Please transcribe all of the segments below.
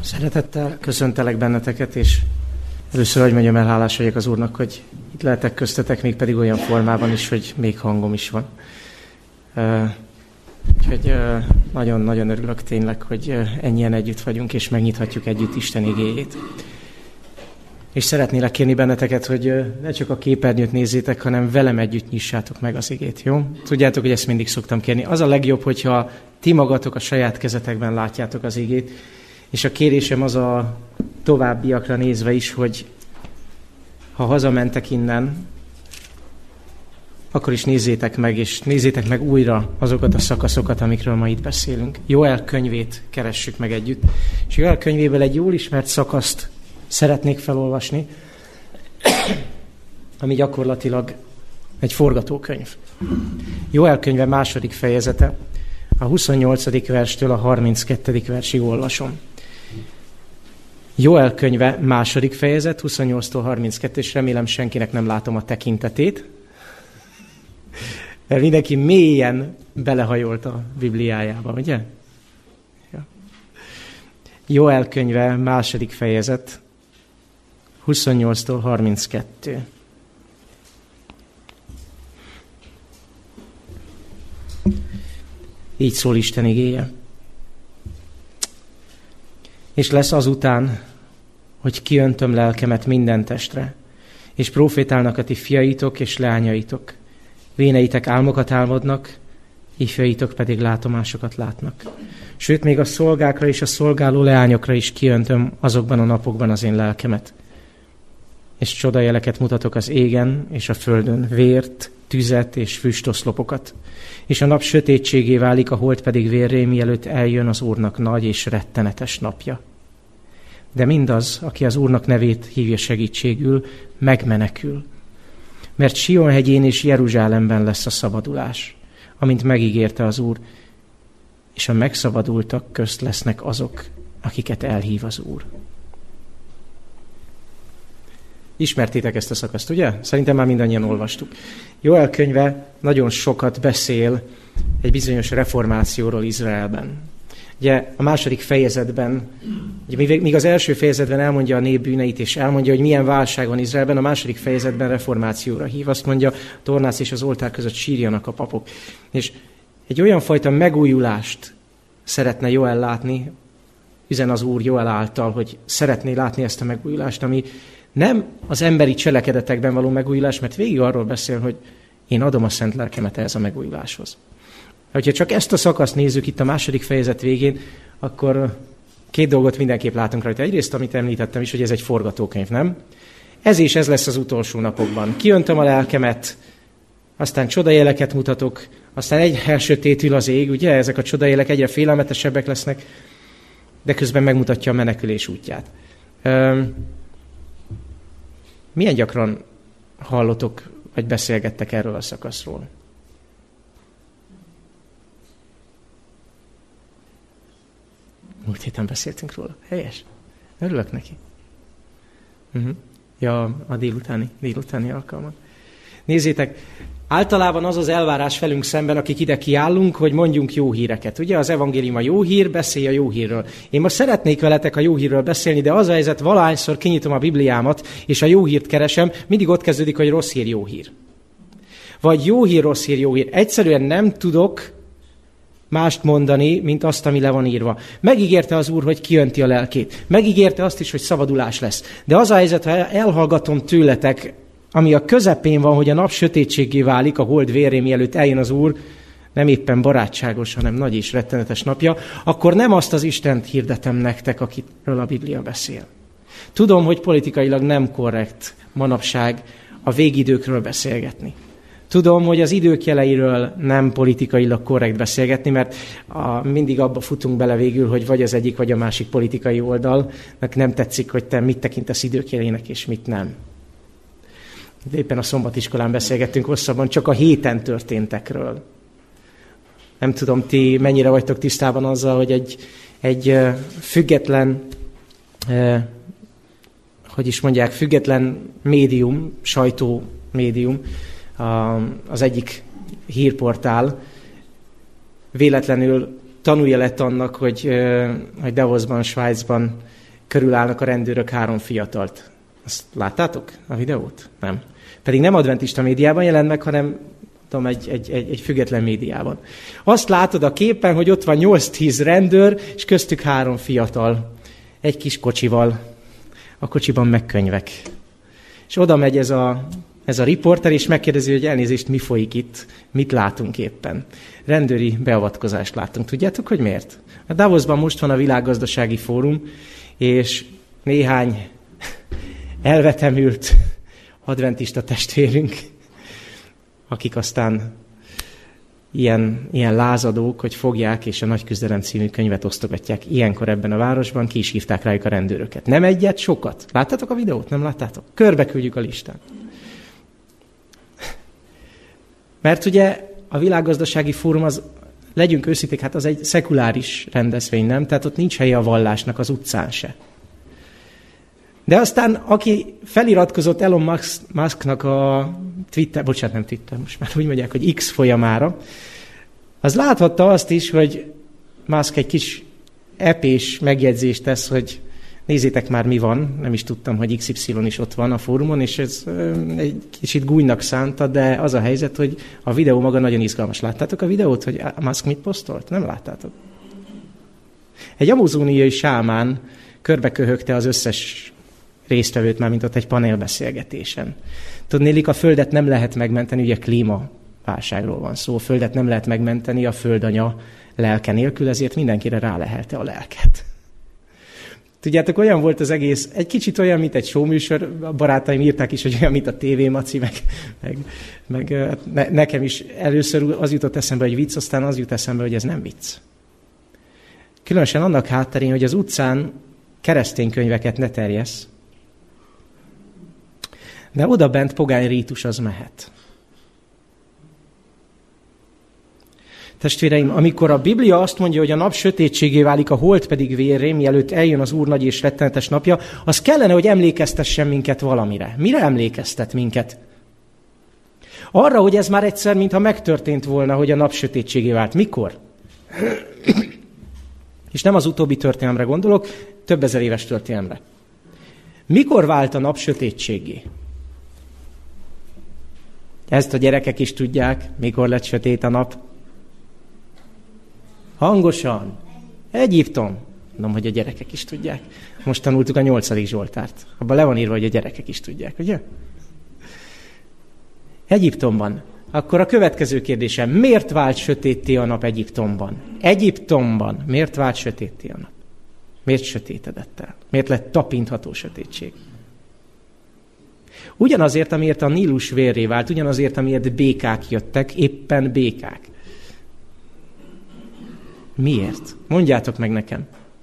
Szeretettel köszöntelek benneteket, és először, hogy mondjam, hálás vagyok az Úrnak, hogy itt lehetek köztetek, még pedig olyan formában is, hogy még hangom is van. Úgyhogy nagyon-nagyon örülök tényleg, hogy ennyien együtt vagyunk, és megnyithatjuk együtt Isten igéjét. És szeretnélek kérni benneteket, hogy ne csak a képernyőt nézzétek, hanem velem együtt nyissátok meg az igét, jó? Tudjátok, hogy ezt mindig szoktam kérni. Az a legjobb, hogyha ti magatok a saját kezetekben látjátok az igét, és a kérésem az a továbbiakra nézve is, hogy ha hazamentek innen, akkor is nézzétek meg, és nézzétek meg újra azokat a szakaszokat, amikről ma itt beszélünk. Joel könyvét keressük meg együtt. És Joel könyvéből egy jól ismert szakaszt szeretnék felolvasni, ami gyakorlatilag egy forgatókönyv. Joel könyve második fejezete, a 28. verstől a 32. versig olvasom. Joel könyve második fejezet, 28-tól 32, és remélem senkinek nem látom a tekintetét, mert mindenki mélyen belehajolt a Bibliájába, ugye? Ja. Joel könyve második fejezet, 28-tól 32. Így szól Isten igéje. És lesz azután, hogy kiöntöm lelkemet minden testre, és profétálnak a ti fiaitok és leányaitok. Véneitek álmokat álmodnak, ifjaitok pedig látomásokat látnak. Sőt, még a szolgákra és a szolgáló leányokra is kiöntöm azokban a napokban az én lelkemet. És csodajeleket mutatok az égen és a földön, vért, tüzet és füstoszlopokat. És a nap sötétségé válik, a hold pedig vérré, mielőtt eljön az Úrnak nagy és rettenetes napja. De mindaz, aki az Úrnak nevét hívja segítségül, megmenekül. Mert Sion hegyén és Jeruzsálemben lesz a szabadulás, amint megígérte az Úr, és a megszabadultak közt lesznek azok, akiket elhív az Úr. Ismertétek ezt a szakaszt, ugye? Szerintem már mindannyian olvastuk. Joel könyve nagyon sokat beszél egy bizonyos reformációról Izraelben. Ugye a második fejezetben, ugye, míg az első fejezetben elmondja a nép bűneit, és elmondja, hogy milyen válság van Izraelben, a második fejezetben reformációra hív. Azt mondja, a tornász és az oltár között sírjanak a papok. És egy olyan fajta megújulást szeretne Joel látni, üzen az Úr Joel által, hogy szeretné látni ezt a megújulást, ami nem az emberi cselekedetekben való megújulás, mert végig arról beszél, hogy én adom a szent lelkemet ehhez a megújuláshoz. Ha csak ezt a szakaszt nézzük itt a második fejezet végén, akkor két dolgot mindenképp látunk rajta. Egyrészt, amit említettem is, hogy ez egy forgatókönyv, nem? Ez lesz az utolsó napokban. Kiöntöm a lelkemet, aztán csodajeleket mutatok, aztán egyre sötétül az ég, ugye? Ezek a csodajelek egyre félelmetesebbek lesznek, de közben megmutatja a menekülés útját. Milyen gyakran hallotok, vagy beszélgettek erről a szakaszról? Múlt héten beszéltünk róla. Helyes? Örülök neki. Ja, a délutáni alkalmat. Nézzétek, általában az az elvárás felünk szemben, akik ide kiállunk, hogy mondjunk jó híreket. Ugye az evangélium a jó hír, beszélj a jó hírről. Én most szeretnék veletek a jó hírről beszélni, de az a helyzet, valahányszor kinyitom a Bibliámat, és a jó hírt keresem, mindig ott kezdődik, hogy rossz hír, jó hír. Vagy jó hír, rossz hír, jó hír. Egyszerűen nem tudok mást mondani, mint azt, ami le van írva. Megígérte az Úr, hogy kiönti a lelkét. Megígérte azt is, hogy szabadulás lesz. De az a helyzet, ha elhallgatom tőletek, ami a közepén van, hogy a nap sötétséggé válik, a hold vérré, mielőtt eljön az Úr, nem éppen barátságos, hanem nagy és rettenetes napja, akkor nem azt az Istent hirdetem nektek, akitől a Biblia beszél. Tudom, hogy politikailag nem korrekt manapság a végidőkről beszélgetni. Tudom, hogy az idők jeleiről nem politikailag korrekt beszélgetni, mert mindig abba futunk bele végül, hogy vagy az egyik, vagy a másik politikai oldalnak nem tetszik, hogy te mit tekintesz idők jeleinek, és mit nem. De éppen a szombatiskolán beszélgettünk hosszabban csak a héten történtekről. Nem tudom, ti mennyire vagytok tisztában azzal, hogy egy független, független médium, sajtómédium, az egyik hírportál véletlenül tanulja lett annak, hogy Davosban, Svájcban körülállnak a rendőrök 3 fiatalt. Azt láttátok a videót? Nem. Pedig nem adventista médiában jelent meg, hanem tudom, egy független médiában. Azt látod a képen, hogy ott van 8-10 rendőr, és köztük 3 fiatal. Egy kis kocsival. A kocsiban meg könyvek. És oda megy ez a riporter, és megkérdezi, hogy elnézést, mi folyik itt, mit látunk éppen. Rendőri beavatkozást látunk. Tudjátok, hogy miért? A Davosban most van a Világgazdasági Fórum, és néhány elvetemült adventista testvérünk, akik aztán ilyen lázadók, hogy fogják, és a Nagy Küzdelem című könyvet osztogatják ilyenkor ebben a városban, ki is hívták rájuk a rendőröket. Nem egyet, sokat. Láttátok a videót? Nem láttátok? Körbe küldjük a listán. Mert ugye a Világgazdasági Fórum az, legyünk őszinték, hát az egy szekuláris rendezvény, nem? Tehát ott nincs helye a vallásnak az utcán se. De aztán, aki feliratkozott Elon Musknak a Twitter, bocsánat, nem Twitter, most már úgy mondják, hogy X folyamára, az láthatta azt is, hogy Musk egy kis epés megjegyzést tesz, hogy nézzétek már, mi van, nem is tudtam, hogy XY is ott van a fórumon, és ez egy kicsit gúnynak szánta, de az a helyzet, hogy a videó maga nagyon izgalmas. Láttátok a videót, hogy Musk mit posztolt? Nem láttátok? Egy amazóniai sámán körbeköhögte az összes résztvevőt már, mint ott egy panelbeszélgetésen. Tudnélik, a Földet nem lehet megmenteni, ugye klímaválságról van szó, a Földet nem lehet megmenteni a földanya lelke nélkül, ezért mindenkire rálehelte a lelket. Tudjátok, olyan volt az egész, egy kicsit olyan, mint egy showműsor, a barátaim írták is, hogy olyan, mint a TV Maci, meg nekem is először az jutott eszembe, hogy vicc, aztán az jut eszembe, hogy ez nem vicc. Különösen annak hátterén, hogy az utcán keresztény könyveket ne terjesz, de oda bent pogány rítus az mehet. Testvéreim, amikor a Biblia azt mondja, hogy a nap sötétségé válik, a hold pedig vérré, mielőtt eljön az Úr nagy és rettenetes napja, az kellene, hogy emlékeztessen minket valamire. Mire emlékeztet minket? Arra, hogy ez már egyszer, mintha megtörtént volna, hogy a nap sötétségé vált. Mikor? És nem az utóbbi történelemre gondolok, több ezer éves történelemre. Mikor vált a nap sötétségé? Ezt a gyerekek is tudják, mikor lett sötét a nap. Hangosan. Egyiptom. Mondom, hogy a gyerekek is tudják. Most tanultuk a 8. Zsoltárt. Abban le van írva, hogy a gyerekek is tudják, ugye? Egyiptomban. Akkor a következő kérdésem, miért vált sötétté a nap Egyiptomban? Egyiptomban miért vált sötétté a nap? Miért sötétedett el? Miért lett tapintható sötétség? Ugyanazért, amiért a Nílus vérré vált, ugyanazért, amiért békák jöttek, éppen békák. Miért? Mondjátok meg nekem.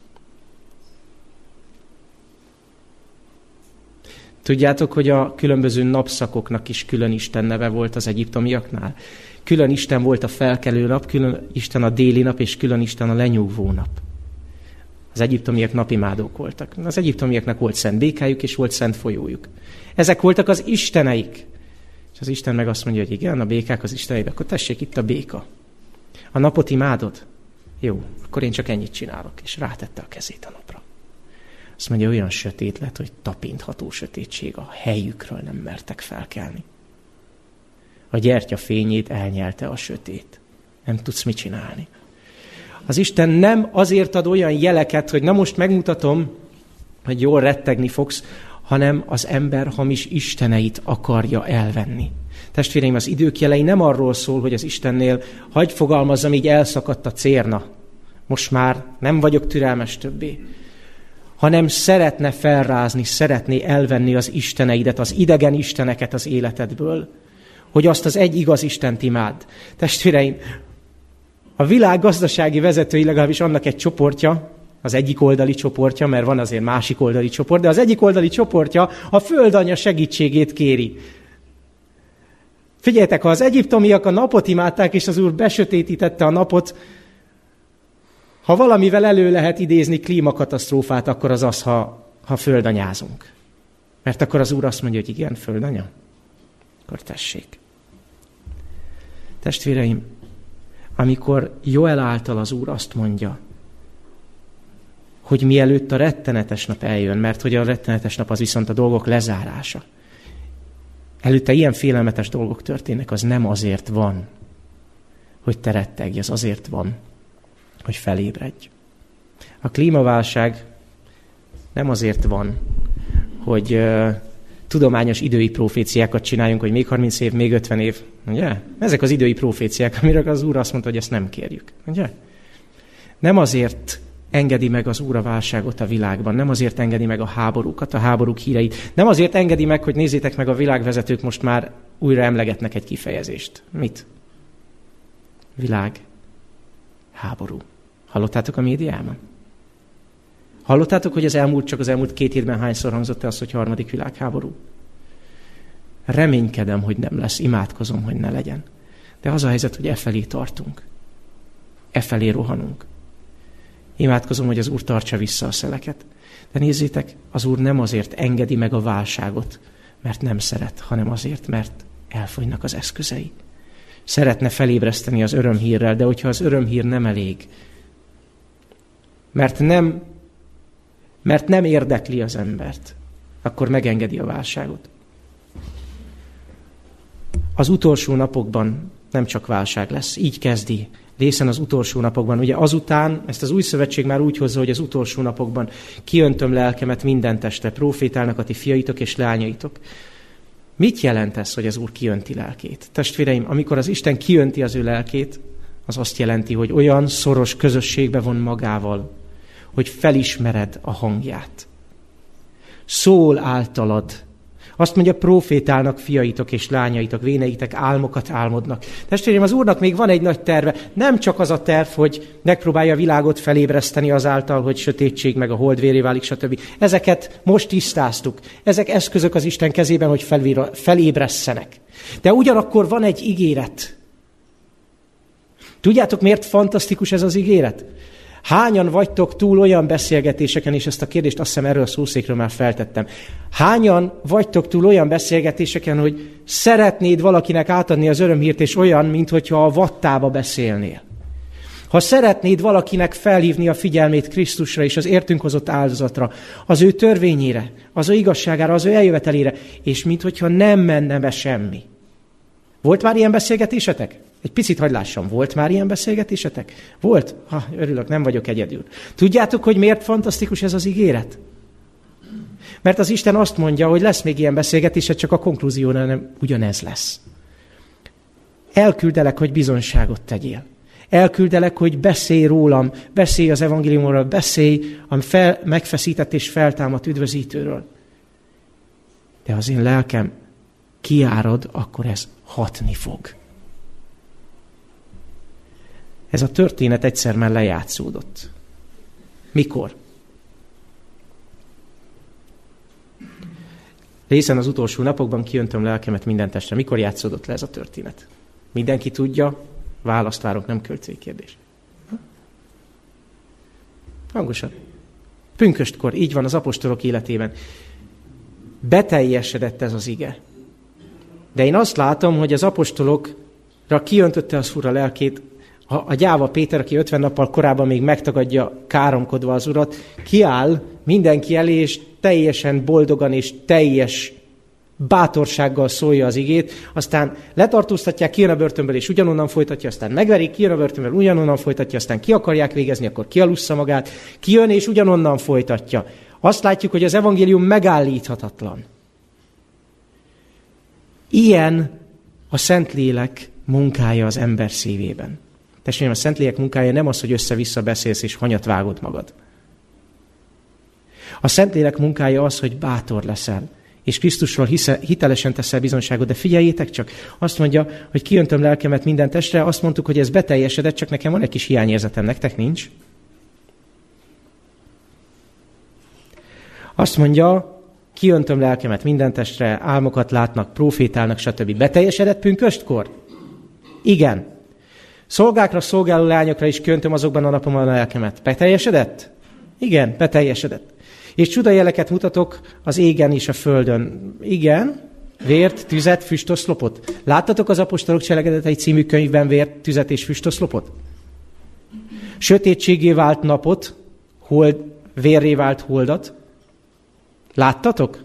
Tudjátok, hogy a különböző napszakoknak is külön Isten neve volt az egyiptomiaknál? Külön Isten volt a felkelő nap, külön Isten a déli nap, és külön Isten a lenyugvó nap. Az egyiptomiak napimádók voltak. Az egyiptomiaknak volt szent békájuk, és volt szent folyójuk. Ezek voltak az isteneik. És az Isten meg azt mondja, hogy igen, a békák az isteneid, akkor tessék, itt a béka. A napot imádod? Jó, akkor én csak ennyit csinálok. És rátette a kezét a napra. Azt mondja, olyan sötét lett, hogy tapintható sötétség, a helyükről nem mertek felkelni. A gyertya fényét elnyelte a sötét. Nem tudsz mit csinálni. Az Isten nem azért ad olyan jeleket, hogy na most megmutatom, hogy jól rettegni fogsz, hanem az ember hamis isteneit akarja elvenni. Testvéreim, az idők jelei nem arról szól, hogy az Istennél, hadd fogalmazzam, így elszakadt a cérna. Most már nem vagyok türelmes többé. Hanem szeretne felrázni, szeretné elvenni az isteneidet, az idegen isteneket az életedből, hogy azt az egy igaz Istent imád. Testvéreim, a világ gazdasági vezetői, legalábbis annak egy csoportja, az egyik oldali csoportja, mert van azért másik oldali csoport, de az egyik oldali csoportja a földanya segítségét kéri. Figyeljetek, ha az egyiptomiak a napot imádták, és az Úr besötétítette a napot, ha valamivel elő lehet idézni klímakatasztrófát, akkor az, ha földanyázunk. Mert akkor az Úr azt mondja, hogy igen, földanya. Akkor tessék. Testvéreim, amikor Joel által az Úr azt mondja, hogy mielőtt a rettenetes nap eljön, mert hogy a rettenetes nap az viszont a dolgok lezárása. Előtte ilyen félelmetes dolgok történnek, az nem azért van, hogy te rettegj, az azért van, hogy felébredj. A klímaválság nem azért van, hogy tudományos idői proféciákat csináljunk, hogy még 30 év, még 50 év. Ugye? Ezek az idői proféciák, amire az Úr azt mondta, hogy ezt nem kérjük. Ugye? Nem azért engedi meg az Úr a válságot a világban, nem azért engedi meg a háborúkat, a háborúk híreit, nem azért engedi meg, hogy nézzétek meg, a világvezetők most már újra emlegetnek egy kifejezést. Mit? Világ. Háború. Hallottátok a médiában? Hallottátok, hogy csak az elmúlt 2 hétben hányszor hangzott el az, hogy 3. világháború? Reménykedem, hogy nem lesz, imádkozom, hogy ne legyen. De az a helyzet, hogy efelé tartunk. Efelé rohanunk. Imádkozom, hogy az Úr tartsa vissza a szeleket. De nézzétek, az Úr nem azért engedi meg a válságot, mert nem szeret, hanem azért, mert elfogynak az eszközei. Szeretne felébreszteni az örömhírrel, de hogyha az örömhír nem elég, mert nem érdekli az embert, akkor megengedi a válságot. Az utolsó napokban nem csak válság lesz, így kezdi részen az utolsó napokban. Ugye azután, ezt az új szövetség már úgy hozza, hogy az utolsó napokban kiöntöm lelkemet minden testre, profétálnak a ti fiaitok és leányaitok. Mit jelent ez, hogy az Úr kiönti lelkét? Testvéreim, amikor az Isten kiönti az ő lelkét, az azt jelenti, hogy olyan szoros közösségbe von magával, hogy felismered a hangját. Szól általad. Azt mondja, profétálnak fiaitok és lányaitok, véneitek álmokat álmodnak. Testvérem, az Úrnak még van egy nagy terve. Nem csak az a terv, hogy megpróbálja a világot felébreszteni azáltal, hogy sötétség meg a holdvéré válik, stb. Ezeket most tisztáztuk. Ezek eszközök az Isten kezében, hogy felébresszenek. De ugyanakkor van egy ígéret. Tudjátok, miért fantasztikus ez az ígéret? Hányan vagytok túl olyan beszélgetéseken, és ezt a kérdést azt hiszem erről a szószékről már feltettem. Hányan vagytok túl olyan beszélgetéseken, hogy szeretnéd valakinek átadni az örömhírt, és olyan, minthogyha a vattába beszélnél. Ha szeretnéd valakinek felhívni a figyelmét Krisztusra és az értünk hozott áldozatra, az ő törvényére, az ő igazságára, az ő eljövetelére, és minthogyha nem menne be semmi. Volt már ilyen beszélgetésetek? Egy picit hadd lássam, volt már ilyen beszélgetésetek? Volt? Örülök, nem vagyok egyedül. Tudjátok, hogy miért fantasztikus ez az ígéret? Mert az Isten azt mondja, hogy lesz még ilyen beszélgetésed, csak a konklúziónál nem ugyanez lesz. Elküldelek, hogy bizonyságot tegyél. Elküldelek, hogy beszélj rólam, beszélj az evangéliumról, beszélj a megfeszített és feltámadt üdvözítőről. De az én lelkem kiárad, akkor ez hatni fog. Ez a történet egyszer már lejátszódott. Mikor? Részen az utolsó napokban kiöntöm lelkemet minden testre. Mikor játszódott le ez a történet? Mindenki tudja, választ várok, nem költségkérdés. Hangosan. Pünköstkor, így van az apostolok életében. Beteljesedett ez az ige. De én azt látom, hogy az apostolokra kiöntötte az Úr a lelkét, a gyáva Péter, aki 50 nappal korábban még megtagadja káromkodva az Urat, kiáll mindenki elé, és teljesen boldogan és teljes bátorsággal szólja az igét, aztán letartóztatják, kijön a börtönből, és ugyanonnan folytatja, aztán megverik, kijön a börtönből, ugyanonnan folytatja, aztán ki akarják végezni, akkor kialussza magát, kijön, és ugyanonnan folytatja. Azt látjuk, hogy az evangélium megállíthatatlan. Ilyen a Szentlélek munkája az ember szívében. Testvérem, a Szentlélek munkája nem az, hogy össze-vissza beszélsz és hanyat vágod magad. A Szentlélek munkája az, hogy bátor leszel, és Krisztusról hitelesen teszel bizonyságot. De figyeljétek csak, azt mondja, hogy kiöntöm lelkemet minden testre, azt mondtuk, hogy ez beteljesedett, csak nekem van egy kis hiányérzetem, nektek nincs. Azt mondja, kiöntöm lelkemet minden testre, álmokat látnak, profétálnak, stb. Beteljesedett pünköstkor? Igen. Szolgákra, szolgáló lányokra is kiöntöm azokban a napokban a lelkemet. Beteljesedett? Igen, beteljesedett. És csodajeleket mutatok az égen és a földön. Igen, Vért, tüzet, füstoszlopot. Láttatok az Apostolok Cselekedetei című könyvben vért, tüzet és füstoszlopot? Sötétségé vált napot, vérré vált holdat. Láttatok?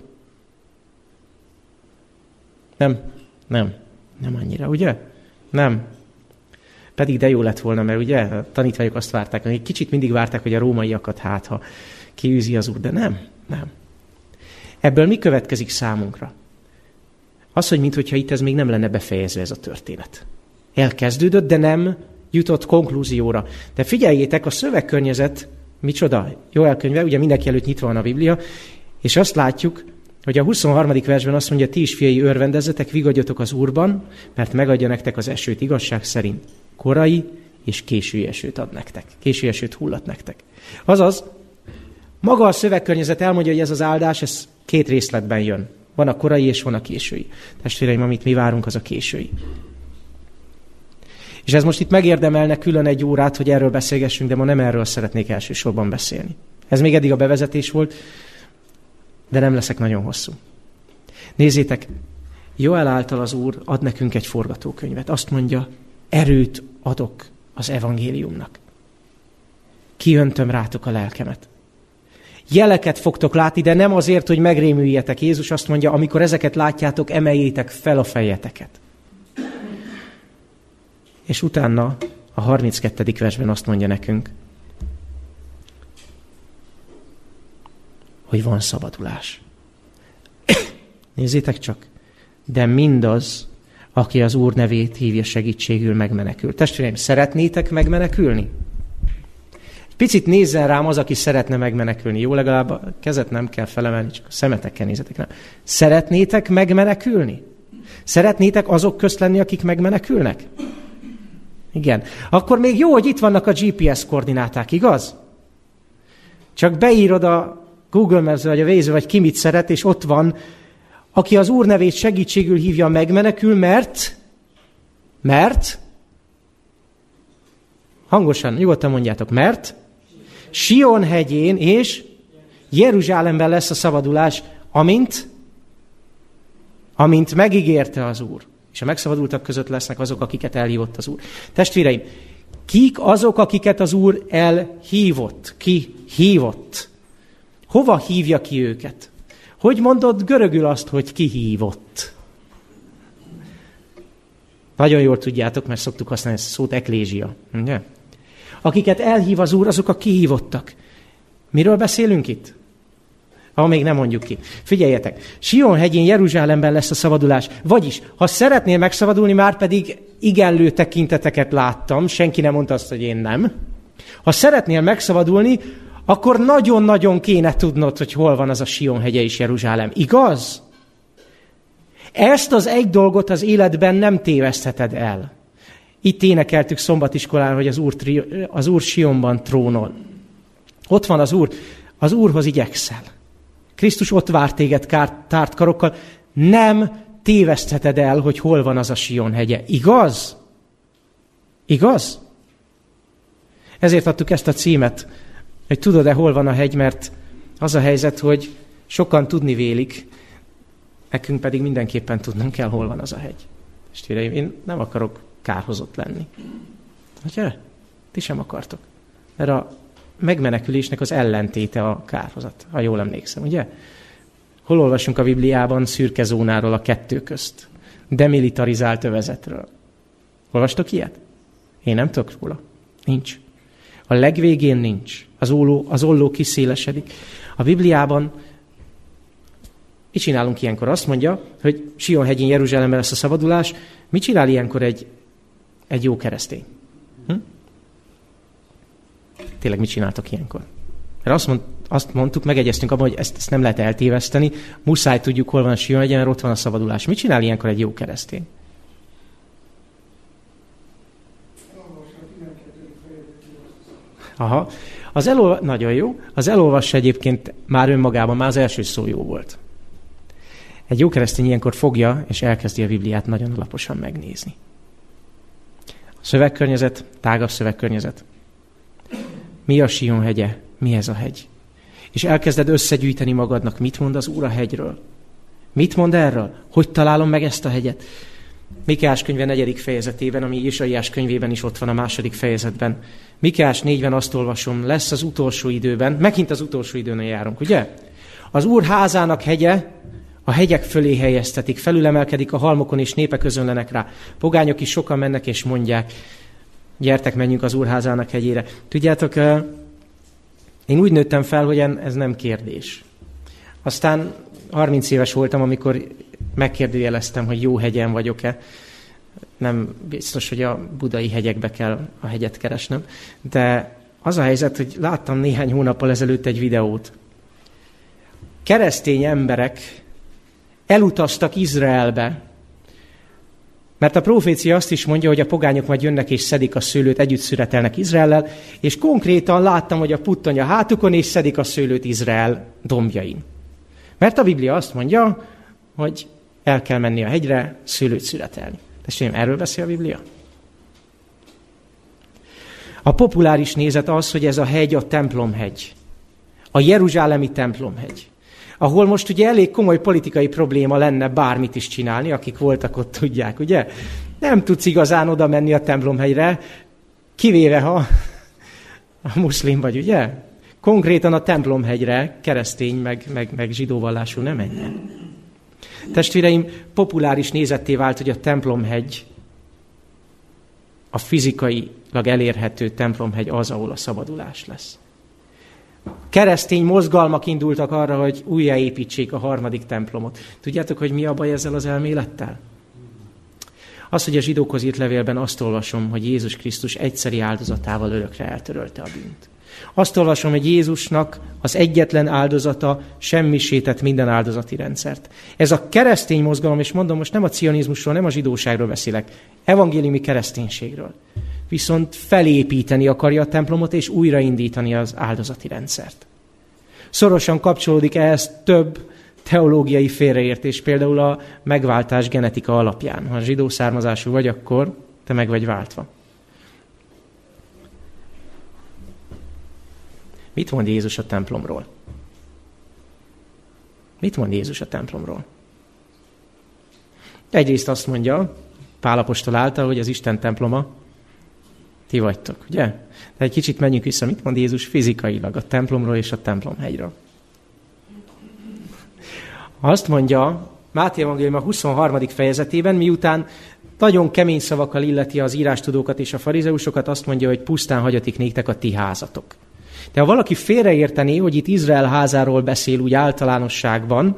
Nem annyira, ugye? Nem. Pedig de jó lett volna, mert ugye a tanítványok azt várták, egy kicsit mindig várták, hogy a rómaiakat ha kiűzi az Úr, de nem. Ebből mi következik számunkra? Az, hogy minthogyha itt ez még nem lenne befejezve ez a történet. Elkezdődött, de nem jutott konklúzióra. De figyeljétek, a szövegkörnyezet micsoda? Joel könyve, ugye mindenki előtt nyitva van a Biblia, és azt látjuk, hogy a 23. versben azt mondja, ti is fiai örvendezzetek, vigadjatok az Úrban, mert megadja nektek az esőt igazság szerint. Korai és késői esőt ad nektek. Késői esőt hullat nektek. Azaz, maga a szövegkörnyezet elmondja, hogy ez az áldás, ez 2 részletben jön. Van a korai és van a késői. Testvéreim, amit mi várunk, az a késői. És ez most itt megérdemelne külön egy órát, hogy erről beszélgessünk, de ma nem erről szeretnék elsősorban beszélni. Ez még eddig a bevezetés volt, de nem leszek nagyon hosszú. Nézzétek, Joel által az Úr ad nekünk egy forgatókönyvet. Azt mondja, erőt adok az evangéliumnak. Kiöntöm rátok a lelkemet. Jeleket fogtok látni, de nem azért, hogy megrémüljetek. Jézus azt mondja, amikor ezeket látjátok, emeljétek fel a fejeteket. És utána a 32. versben azt mondja nekünk, hogy van szabadulás. Nézzétek csak, de mindaz, aki az Úr nevét hívja segítségül, megmenekül. Testvéreim, szeretnétek megmenekülni? Egy picit nézzen rám az, aki szeretne megmenekülni. Jó, legalább a kezet nem kell felemelni, csak a szemetekkel nézzetek rám. Szeretnétek megmenekülni? Szeretnétek azok közt lenni, akik megmenekülnek? Igen. Akkor még jó, hogy itt vannak a GPS koordináták, igaz? Csak beírod a Google Maps, vagy a Waze, vagy ki mit szeret, és ott van, aki az Úr nevét segítségül hívja, megmenekül, mert hangosan, nyugodtan mondjátok, mert Sion hegyén és Jeruzsálemben lesz a szabadulás, amint megígérte az Úr. És a megszabadultak között lesznek azok, akiket elhívott az Úr. Testvéreim, kik azok, akiket az Úr elhívott? Ki hívott? Hova hívja ki őket? Hogy mondod görögül azt, hogy ki hívott? Nagyon jól tudjátok, mert szoktuk használni ezt a szót, eklézsia. Ugye? Akiket elhív az Úr, azok a kihívottak. Miről beszélünk itt? Még nem mondjuk ki. Figyeljetek, Sion hegyén, Jeruzsálemben lesz a szabadulás. Vagyis, ha szeretnél megszabadulni, már pedig igenlő tekinteteket láttam, senki nem mondta azt, hogy én nem. Ha szeretnél megszabadulni, akkor nagyon-nagyon kéne tudnod, hogy hol van az a Sion hegye és Jeruzsálem. Igaz? Ezt az egy dolgot az életben nem tévesztheted el. Itt énekeltük szombatiskolán, hogy az Úr Sionban trónol. Ott van az Úrhoz igyekszel. Krisztus ott vár téged tárt karokkal. Nem tévesztheted el, hogy hol van az a Sion hegye. Igaz? Igaz? Ezért adtuk ezt a címet, hogy tudod-e, hol van a hegy, mert az a helyzet, hogy sokan tudni vélik, nekünk pedig mindenképpen tudnunk kell, hol van az a hegy. Testvéreim, én nem akarok kárhozott lenni. Ugye? Ti sem akartok. Mert a megmenekülésnek az ellentéte a kárhozat, ha jól emlékszem, ugye? Hol olvasunk a Bibliában szürke zónáról a 2 közt? Demilitarizált övezetről. Olvastok ilyet? Én nem tudok róla. Nincs. A legvégén nincs. Az olló kiszélesedik. A Bibliában mit csinálunk ilyenkor? Azt mondja, hogy Sion hegyén, Jeruzsálemben lesz a szabadulás. Mit csinál ilyenkor egy jó keresztény? Tényleg mit csináltok ilyenkor? Mert azt mondtuk, megegyeztünk abban, hogy ezt nem lehet eltéveszteni, muszáj tudjuk, hol van a Sion hegyen, mert ott van a szabadulás. Mit csinál ilyenkor egy jó keresztény? Aha. Nagyon jó. Az elolvassa egyébként már önmagában, már az első szó jó volt. Egy jó keresztény ilyenkor fogja, és elkezdi a Bibliát nagyon alaposan megnézni. A szövegkörnyezet, tágabb szövegkörnyezet. Mi a Sion hegye? Mi ez a hegy? És elkezded összegyűjteni magadnak, mit mond az Úr a hegyről. Mit mond erről? Hogy találom meg ezt a hegyet? Mikéás könyve 4. fejezetében, ami Jézsaiás könyvében is ott van a 2. fejezetben. Mikéás 4-ben azt olvasom, lesz az utolsó időben, megint az utolsó időn járunk, ugye? Az Úr házának hegye, a hegyek fölé helyeztetik, felülemelkedik a halmokon, és népek özönlenek rá. Pogányok is sokan mennek, és mondják, gyertek, menjünk az Úr házának hegyére. Tudjátok, én úgy nőttem fel, hogy ez nem kérdés. Aztán 30 éves voltam, amikor megkérdőjeleztem, hogy jó hegyen vagyok-e. Nem biztos, hogy a budai hegyekbe kell a hegyet keresnem. De az a helyzet, hogy láttam néhány hónappal ezelőtt egy videót. Keresztény emberek elutaztak Izraelbe, mert a profécia azt is mondja, hogy a pogányok majd jönnek és szedik a szőlőt, együtt szüretelnek Izraellel, és konkrétan láttam, hogy a puttony a hátukon, és szedik a szőlőt Izrael dombjain. Mert a Biblia azt mondja, hogy el kell menni a hegyre, szőlőt szüretelni. Testvérem, erről beszél a Biblia? A populáris nézet az, hogy ez a hegy a templomhegy. A jeruzsálemi templomhegy. Ahol most ugye elég komoly politikai probléma lenne bármit is csinálni, akik voltak ott, tudják, ugye? Nem tudsz igazán oda menni a templomhegyre, kivéve ha a muszlim vagy, ugye? Konkrétan a templomhegyre keresztény, meg zsidóvallású nem menjen. Testvéreim, populáris nézetté vált, hogy a templomhegy, a fizikailag elérhető templomhegy az, ahol a szabadulás lesz. Keresztény mozgalmak indultak arra, hogy újjáépítsék a 3. templomot. Tudjátok, hogy mi a baj ezzel az elmélettel? Az, hogy a zsidókhoz írt levélben azt olvasom, hogy Jézus Krisztus egyszeri áldozatával örökre eltörölte a bűnt. Azt olvasom, hogy Jézusnak az egyetlen áldozata semmisített minden áldozati rendszert. Ez a keresztény mozgalom, és mondom, most nem a cionizmusról, nem a zsidóságról beszélek, evangéliumi kereszténységről. Viszont felépíteni akarja a templomot, és újraindítani az áldozati rendszert. Szorosan kapcsolódik ehhez több teológiai félreértés, például a megváltás genetika alapján. Ha zsidó származású vagy, akkor te meg vagy váltva. Mit mond Jézus a templomról? Mit mond Jézus a templomról? Egyrészt azt mondja, Pál apostol által, hogy az Isten temploma ti vagytok, ugye? De egy kicsit menjünk vissza, mit mond Jézus fizikailag a templomról és a templomhegyről. Azt mondja Máté evangélium a 23. fejezetében, miután nagyon kemény szavakkal illeti az írástudókat és a farizeusokat, azt mondja, hogy pusztán hagyatik néktek a ti házatok. De ha valaki félreértené, hogy itt Izrael házáról beszél úgy általánosságban,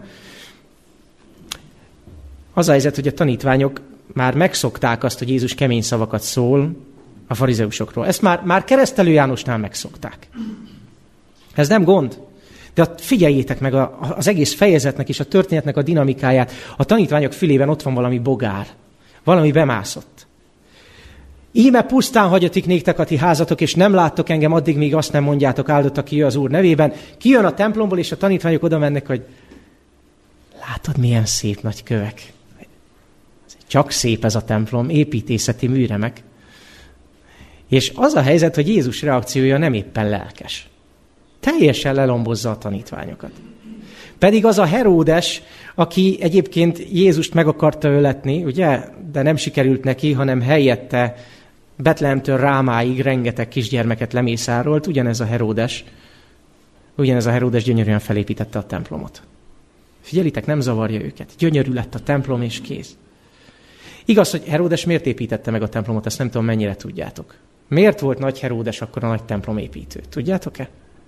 az a helyzet, hogy a tanítványok már megszokták azt, hogy Jézus kemény szavakat szól a farizeusokról. Ezt már Keresztelő Jánosnál megszokták. Ez nem gond. De figyeljétek meg az egész fejezetnek és a történetnek a dinamikáját. A tanítványok fülében ott van valami bogár. Valami bemászott. Íme pusztán hagyatik néktek a ti házatok, és nem láttok engem, addig még azt nem mondjátok, áldott, aki jön az Úr nevében. Kijön a templomból, és a tanítványok oda mennek, hogy látod, milyen szép nagy kövek. Csak szép ez a templom, építészeti műremek. És az a helyzet, hogy Jézus reakciója nem éppen lelkes. Teljesen lelombozza a tanítványokat. Pedig az a Heródes, aki egyébként Jézust meg akarta öletni, ugye, de nem sikerült neki, hanem helyette Betlehemtől Rámáig rengeteg kisgyermeket lemészárolt, ugyanez a Heródes gyönyörűen felépítette a templomot. Figyelitek, nem zavarja őket. Gyönyörű lett a templom, és kész. Igaz, hogy Heródes miért építette meg a templomot, ezt nem tudom, mennyire tudjátok. Miért volt nagy Heródes akkor a nagy templomépítő? Tudjátok-e?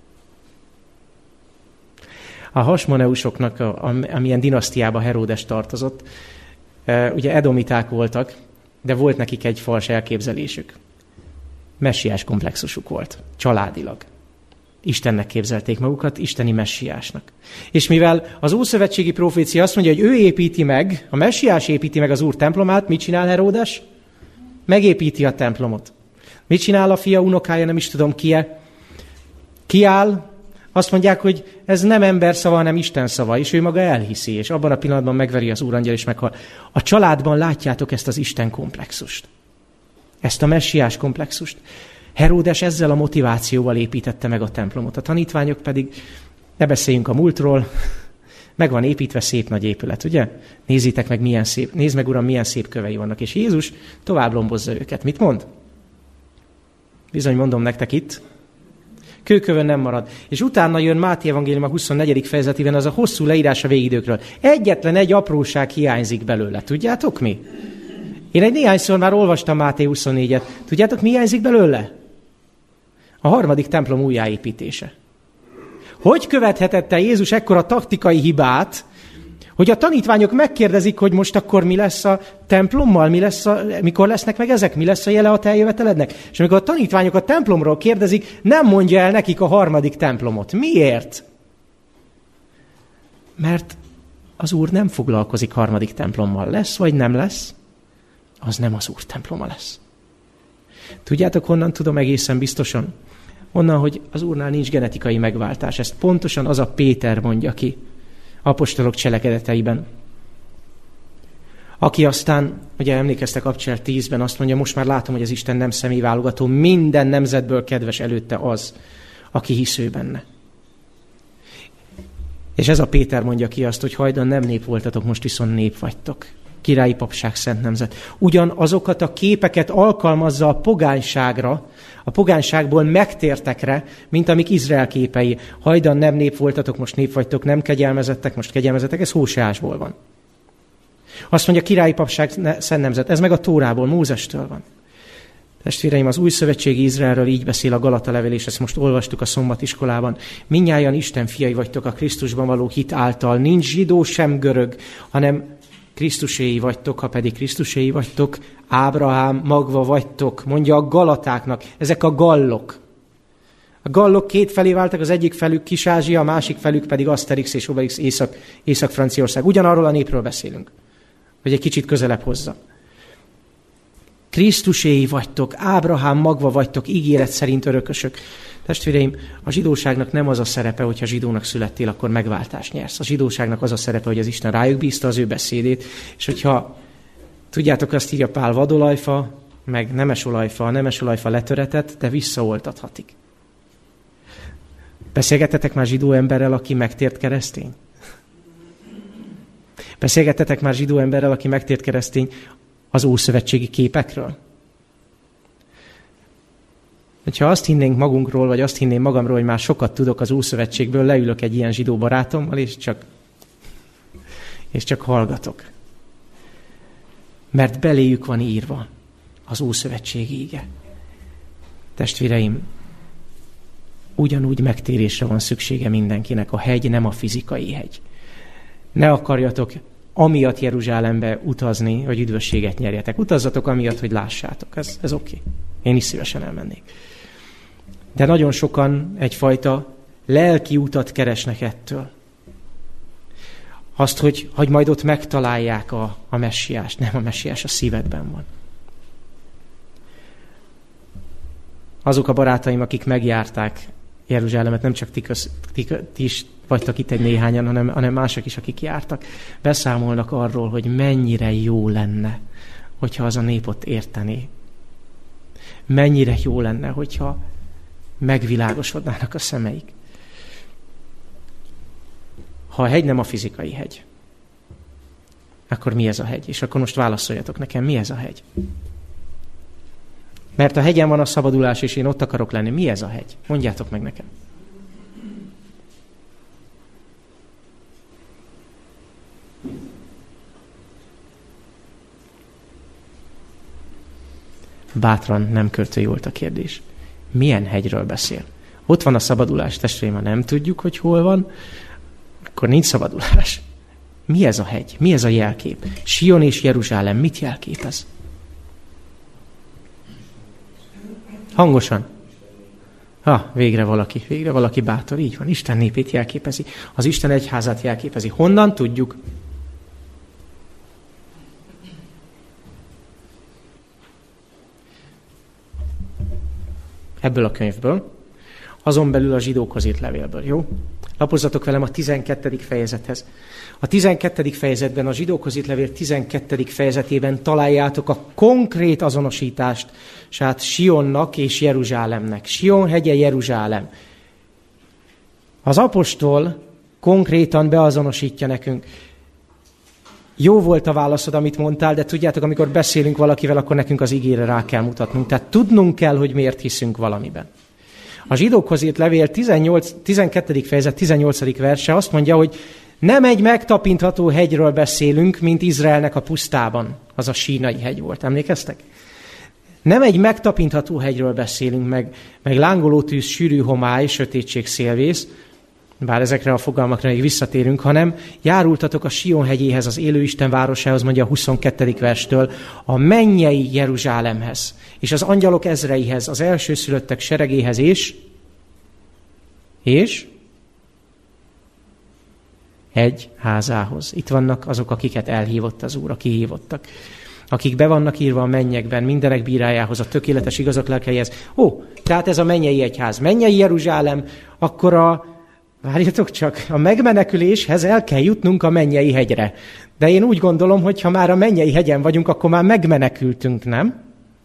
A hasmoneusoknak, amilyen dinasztiába Heródes tartozott, ugye edomiták voltak, de volt nekik egy fals elképzelésük. Messiás komplexusuk volt, családilag. Istennek képzelték magukat, isteni messiásnak. És mivel az ószövetségi profécia azt mondja, hogy ő építi meg, a messiás építi meg az Úr templomát, mit csinál Heródes? Megépíti a templomot. Mit csinál a fia, unokája, nem is tudom ki-e? Kiáll, azt mondják, hogy ez nem ember szava, hanem Isten szava, és ő maga elhiszi, és abban a pillanatban megveri az úrangyal, és meghal. A családban látjátok ezt az Isten komplexust. Ezt a messiás komplexust. Heródes ezzel a motivációval építette meg a templomot. A tanítványok pedig, ne beszéljünk a múltról, Meg van építve szép nagy épület, ugye? Nézzétek meg, milyen szép, nézd meg, Uram, milyen szép kövei vannak. És Jézus tovább lombozza őket. Mit mond? Bizony mondom nektek itt. Kőkövön nem marad. És utána jön Máté evangélium a 24. fejezetében az a hosszú leírás a végidőkről. Egyetlen egy apróság hiányzik belőle. Tudjátok mi? Én egy néhányszor már olvastam Máté 24-et. Tudjátok, mi hiányzik belőle? A 3. templom újjáépítése. Hogy követhetett el Jézus ekkora taktikai hibát, hogy a tanítványok megkérdezik, hogy most akkor mi lesz a templommal, mikor lesznek meg ezek, mi lesz a jele a te eljövetelednek? És amikor a tanítványok a templomról kérdezik, nem mondja el nekik a 3. templomot. Miért? Mert az Úr nem foglalkozik 3. templommal. Lesz vagy nem lesz, az nem az Úr temploma lesz. Tudjátok, honnan tudom egészen biztosan? Onnan, hogy az Úrnál nincs genetikai megváltás. Ezt pontosan az a Péter mondja ki apostolok cselekedeteiben. Aki aztán, ugye emlékeztek Abcsel 10-ben, azt mondja, most már látom, hogy az Isten nem személyválogató, minden nemzetből kedves előtte az, aki hisz ő benne. És ez a Péter mondja ki azt, hogy hajdan nem nép voltatok, most viszont nép vagytok. Királyi papság, szent nemzet. Ugyanazokat a képeket alkalmazza a pogányságra, a pogányságból megtértekre, mint amik Izrael képei. Hajdan nem nép voltatok, most nép vagytok, nem kegyelmezettek, most kegyelmezettek, ez Hóseásból van. Azt mondja, királyi papság, szent nemzet, ez meg a Tórából, Mózestől van. Testvéreim, az új szövetségi Izraelről így beszél a Galata levél, és ezt most olvastuk a szombatiskolában. Mindnyájan Isten fiai vagytok a Krisztusban való hit által. Nincs zsidó sem görög, hanem Krisztuséi vagytok, ha pedig Krisztuséi vagytok, Ábrahám magva vagytok, mondja a Galatáknak, ezek a gallok. A gallok két felé váltak, az egyik felük Kis-Ázsia, a másik felük pedig Asterix és Obelix, Észak-Franciaország. Ugyanarról a népről beszélünk, hogy egy kicsit közelebb hozza. Krisztuséi vagytok, Ábrahám magva vagytok, ígéret szerint örökösök. Testvéreim, a zsidóságnak nem az a szerepe, hogyha zsidónak születtél, akkor megváltást nyersz. A zsidóságnak az a szerepe, hogy az Isten rájuk bízta az ő beszédét, és hogyha, tudjátok, azt írja Pál, vadolajfa, meg nemesolajfa, a nemesolajfa letöretett, de visszaoltathatik. Beszélgettetek már zsidó emberrel, aki megtért keresztény? Beszélgettetek már zsidó emberrel, aki megtért keresztény az ószövetségi képekről? Ha azt hinnénk magunkról, vagy azt hinném magamról, hogy már sokat tudok az Ószövetségből, leülök egy ilyen zsidó barátommal, és csak hallgatok. Mert beléjük van írva az Ószövetségi ige. Testvéreim, ugyanúgy megtérésre van szüksége mindenkinek. A hegy nem a fizikai hegy. Ne akarjatok amiatt Jeruzsálembe utazni, hogy üdvösséget nyerjetek. Utazzatok amiatt, hogy lássátok. Ez oké. Én is szívesen elmennék. De nagyon sokan egyfajta lelki utat keresnek ettől. Azt, hogy majd ott megtalálják a messiást. Nem, a messiás a szívedben van. Azok a barátaim, akik megjárták Jeruzsálemet, nem csak ti is vagytok itt egy néhányan, hanem mások is, akik jártak, beszámolnak arról, hogy mennyire jó lenne, hogyha az a nép ott értené. Mennyire jó lenne, hogyha megvilágosodnának a szemeik. Ha a hegy nem a fizikai hegy, akkor mi ez a hegy? És akkor most válaszoljatok nekem, mi ez a hegy? Mert a hegyen van a szabadulás, és én ott akarok lenni. Mi ez a hegy? Mondjátok meg nekem. Bátran, nem költői volt a kérdés. Milyen hegyről beszél? Ott van a szabadulás, testvéreim, ha nem tudjuk, hogy hol van, akkor nincs szabadulás. Mi ez a hegy? Mi ez a jelkép? Sion és Jeruzsálem mit jelképez? Hangosan. Végre valaki bátor. Így van, Isten népét jelképezi. Az Isten egyházát jelképezi. Honnan tudjuk? Ebből a könyvből, azon belül a zsidókhoz írt levélből, jó? Lapozzatok velem a 12. fejezethez. A 12. fejezetben, a zsidókhoz írt levél 12. fejezetében találjátok a konkrét azonosítást Sionnak és Jeruzsálemnek. Sion hegye, Jeruzsálem. Az apostol konkrétan beazonosítja nekünk. Jó volt a válaszod, amit mondtál, de tudjátok, amikor beszélünk valakivel, akkor nekünk az igére rá kell mutatnunk. Tehát tudnunk kell, hogy miért hiszünk valamiben. A Zsidókhoz írt levél 12. fejezet 18. verse azt mondja, hogy nem egy megtapintható hegyről beszélünk, mint Izraelnek a pusztában. Az a Sínai hegy volt, emlékeztek? Nem egy megtapintható hegyről beszélünk, meg lángoló tűz, sűrű homály, sötétség, szélvész, bár ezekre a fogalmakra még visszatérünk, hanem járultatok a Sion hegyéhez, az élő Isten városához, mondja a 22. verstől, a mennyei Jeruzsálemhez, és az angyalok ezreihez, az elsőszülöttek seregéhez, és egy házához. Itt vannak azok, akiket elhívott az Úr, aki hívottak. Akik be vannak írva a mennyekben, mindenek bírájához, a tökéletes igazak lelkeihez. Tehát ez a mennyei egyház, mennyei Jeruzsálem, akkor várjatok csak, a megmeneküléshez el kell jutnunk a mennyei hegyre. De én úgy gondolom, hogy ha már a mennyei hegyen vagyunk, akkor már megmenekültünk, nem?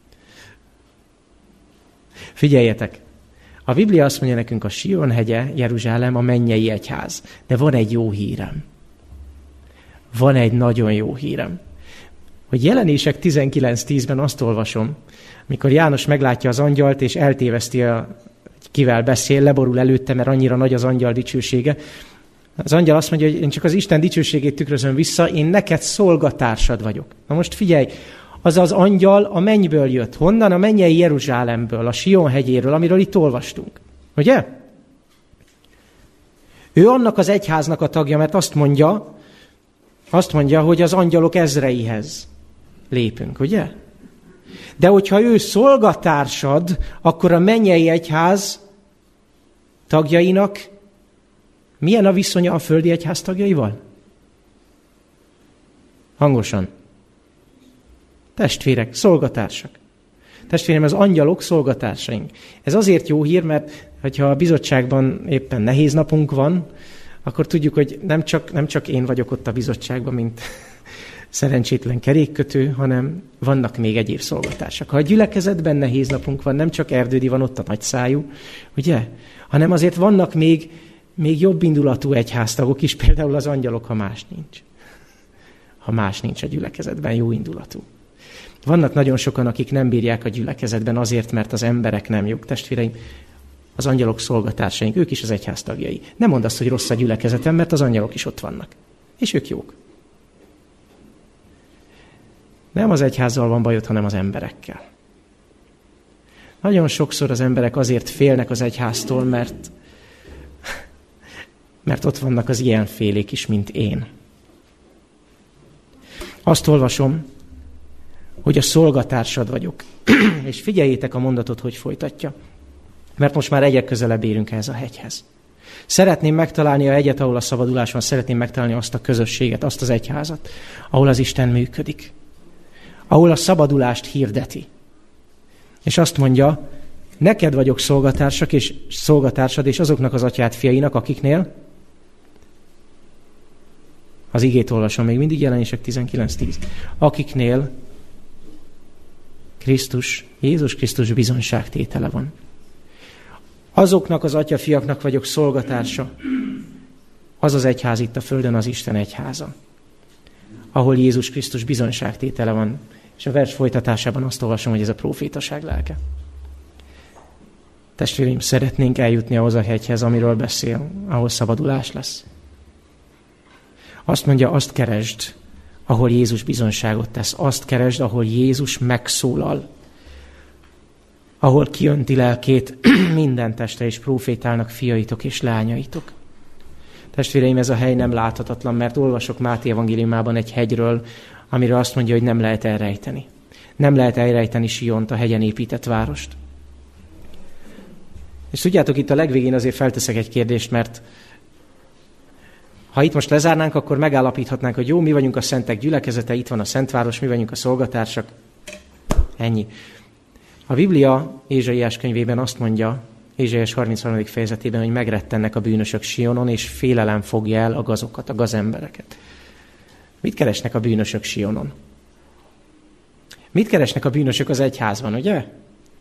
Figyeljetek! A Biblia azt mondja nekünk, a Sion hegye, Jeruzsálem, a mennyei egyház. De van egy jó hírem. Van egy nagyon jó hírem. Hogy Jelenések 19.10-ben azt olvasom, amikor János meglátja az angyalt, és eltéveszti, kivel beszél, leborul előtte, mert annyira nagy az angyal dicsősége. Az angyal azt mondja, hogy én csak az Isten dicsőségét tükrözöm vissza, én neked szolgatársad vagyok. Na most figyelj, az az angyal a mennyből jött. Honnan? A mennyei Jeruzsálemből, a Sion hegyéről, amiről itt olvastunk. Ugye? Ő annak az egyháznak a tagja, mert azt mondja, hogy az angyalok ezreihez lépünk, ugye? De hogyha ő szolgatársad, akkor a mennyei egyház tagjainak milyen a viszonya a földi egyház tagjaival? Hangosan. Testvérek, szolgatársak. Testvérem, az angyalok szolgatársaink. Ez azért jó hír, mert ha a bizottságban éppen nehéz napunk van, akkor tudjuk, hogy nem csak én vagyok ott a bizottságban, mint szerencsétlen kerékkötő, hanem vannak még egyéb szolgatársak. Ha a gyülekezetben nehéz napunk van, nem csak Erdődi van ott a nagyszájú, ugye? Hanem azért vannak még jobb indulatú egyháztagok is, például az angyalok, ha más nincs. Ha más nincs a gyülekezetben, jó indulatú. Vannak nagyon sokan, akik nem bírják a gyülekezetben azért, mert az emberek nem jók. Testvéreim, az angyalok szolgatársaink, ők is az egyház tagjai. Nem mondd azt, hogy rossz a gyülekezetem, mert az angyalok is ott vannak. És ők jók. Nem az egyházzal van bajod, hanem az emberekkel. Nagyon sokszor az emberek azért félnek az egyháztól, mert ott vannak az ilyenfélék is, mint én. Azt olvasom, hogy a szolgatársad vagyok. És figyeljétek a mondatot, hogy folytatja. Mert most már egyre közelebb érünk ehhez a hegyhez. Szeretném megtalálni a hegyet, ahol a szabadulás van, szeretném megtalálni azt a közösséget, azt az egyházat, ahol az Isten működik. Ahol a szabadulást hirdeti. És azt mondja, neked vagyok szolgatársad, és azoknak az atyád fiainak, akiknél, az igét olvasom, még mindig Jelenések 19.10, akiknél Jézus Krisztus bizonyságtétele van. Azoknak az atyafiaknak vagyok szolgatársa. Az az egyház itt a földön, az Isten egyháza, ahol Jézus Krisztus bizonyságtétele van. És a vers folytatásában azt olvasom, hogy ez a prófétaság lelke. Testvéreim, szeretnénk eljutni ahhoz a hegyhez, amiről beszél, ahol szabadulás lesz. Azt mondja, azt keresd, ahol Jézus bizonyságot tesz. Azt keresd, ahol Jézus megszólal. Ahol kiönti lelkét minden testre, és prófétálnak fiaitok és lányaitok. Testvéreim, ez a hely nem láthatatlan, mert olvasok Máté evangéliumában egy hegyről, amiről azt mondja, hogy nem lehet elrejteni. Nem lehet elrejteni Siont, a hegyen épített várost. És tudjátok, itt a legvégén azért felteszek egy kérdést, mert ha itt most lezárnánk, akkor megállapíthatnánk, hogy jó, mi vagyunk a szentek gyülekezete, itt van a Szentváros, mi vagyunk a szolgatársak. Ennyi. A Biblia Ézsaiás könyvében azt mondja, Ézsaiás 33. fejezetében, hogy megrettennek a bűnösök Sionon, és félelem fogja el a gazokat, a gazembereket. Mit keresnek a bűnösök Sionon? Mit keresnek a bűnösök az egyházban, ugye?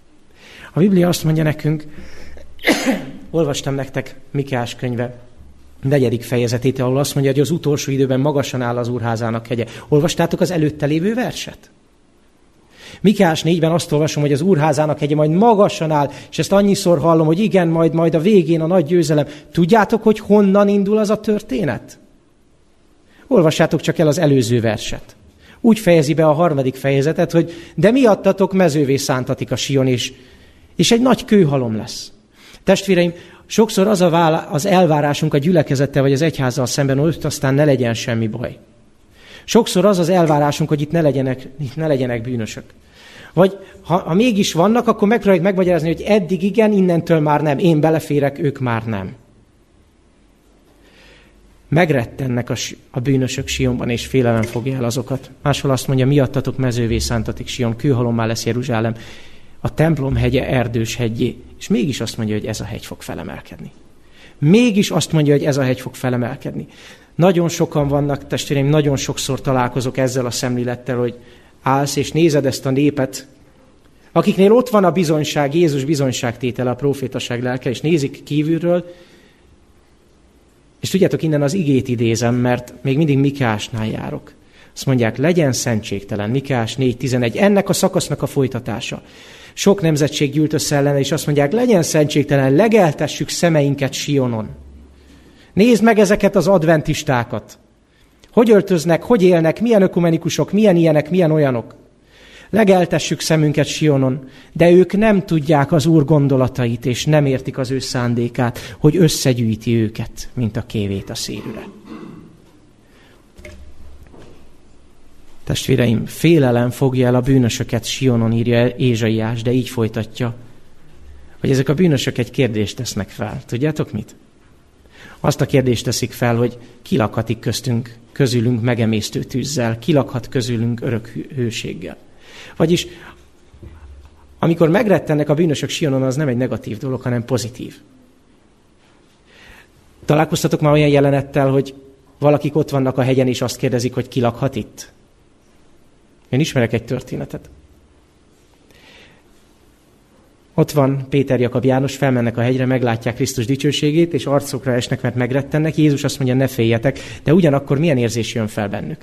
A Biblia azt mondja nekünk, olvastam nektek Mikeás könyve 4. fejezetét, ahol azt mondja, hogy az utolsó időben magasan áll az Úrházának hegye. Olvastátok az előtte lévő verset? Mikéás 4-ben azt olvasom, hogy az Úrházának hegye majd magasan áll, és ezt annyiszor hallom, hogy igen, majd a végén a nagy győzelem. Tudjátok, hogy honnan indul az a történet? Olvassátok csak el az előző verset. Úgy fejezi be a 3. fejezetet, hogy de miattatok mezővé szántatik a Sion, és egy nagy kőhalom lesz. Testvéreim, sokszor az elvárásunk a gyülekezettel vagy az egyházzal szemben, hogy aztán ne legyen semmi baj. Sokszor az elvárásunk, hogy itt ne legyenek bűnösök. Vagy ha mégis vannak, akkor megpróbáljuk megmagyarázni, hogy eddig igen, innentől már nem. Én beleférek, ők már nem. Megrettennek a bűnösök Sionban, és félelem fogja el azokat. Máshol azt mondja, miattatok mezővé szántatik Sion, kőhalommá lesz Jeruzsálem, a templom hegye erdős hegyé, és mégis azt mondja, hogy ez a hegy fog felemelkedni. Mégis azt mondja, hogy ez a hegy fog felemelkedni. Nagyon sokan vannak, testvéreim, nagyon sokszor találkozok ezzel a szemlélettel, hogy állsz és nézed ezt a népet, akiknél ott van a bizonyság, Jézus bizonyságtétele, a profétaság lelke, és nézik kívülről, és tudjátok, innen az igét idézem, mert még mindig Mikeásnál járok. Azt mondják, legyen szentségtelen, Mikeás 4.11, ennek a szakasznak a folytatása. Sok nemzetség gyűlt össze ellene, és azt mondják, legyen szentségtelen, legeltessük szemeinket Sionon. Nézd meg ezeket az adventistákat. Hogy öltöznek, hogy élnek, milyen ökumenikusok, milyen ilyenek, milyen olyanok. Legeltessük szemünket Sionon, de ők nem tudják az Úr gondolatait, és nem értik az ő szándékát, hogy összegyűjti őket, mint a kévét a szérűre. Testvéreim, félelem fogja el a bűnösöket Sionon, írja Ézsaiás, de így folytatja, hogy ezek a bűnösök egy kérdést tesznek fel. Tudjátok mit? Azt a kérdést teszik fel, hogy ki lakhatik közülünk megemésztő tűzzel, ki lakhat közülünk örök hőséggel. Vagyis, amikor megrettennek a bűnösök Sionon, az nem egy negatív dolog, hanem pozitív. Találkoztatok már olyan jelenettel, hogy valakik ott vannak a hegyen, és azt kérdezik, hogy ki lakhat itt? Én ismerek egy történetet. Ott van Péter, Jakab, János, felmennek a hegyre, meglátják Krisztus dicsőségét, és arcokra esnek, mert megrettennek. Jézus azt mondja, ne féljetek, de ugyanakkor milyen érzés jön fel bennük?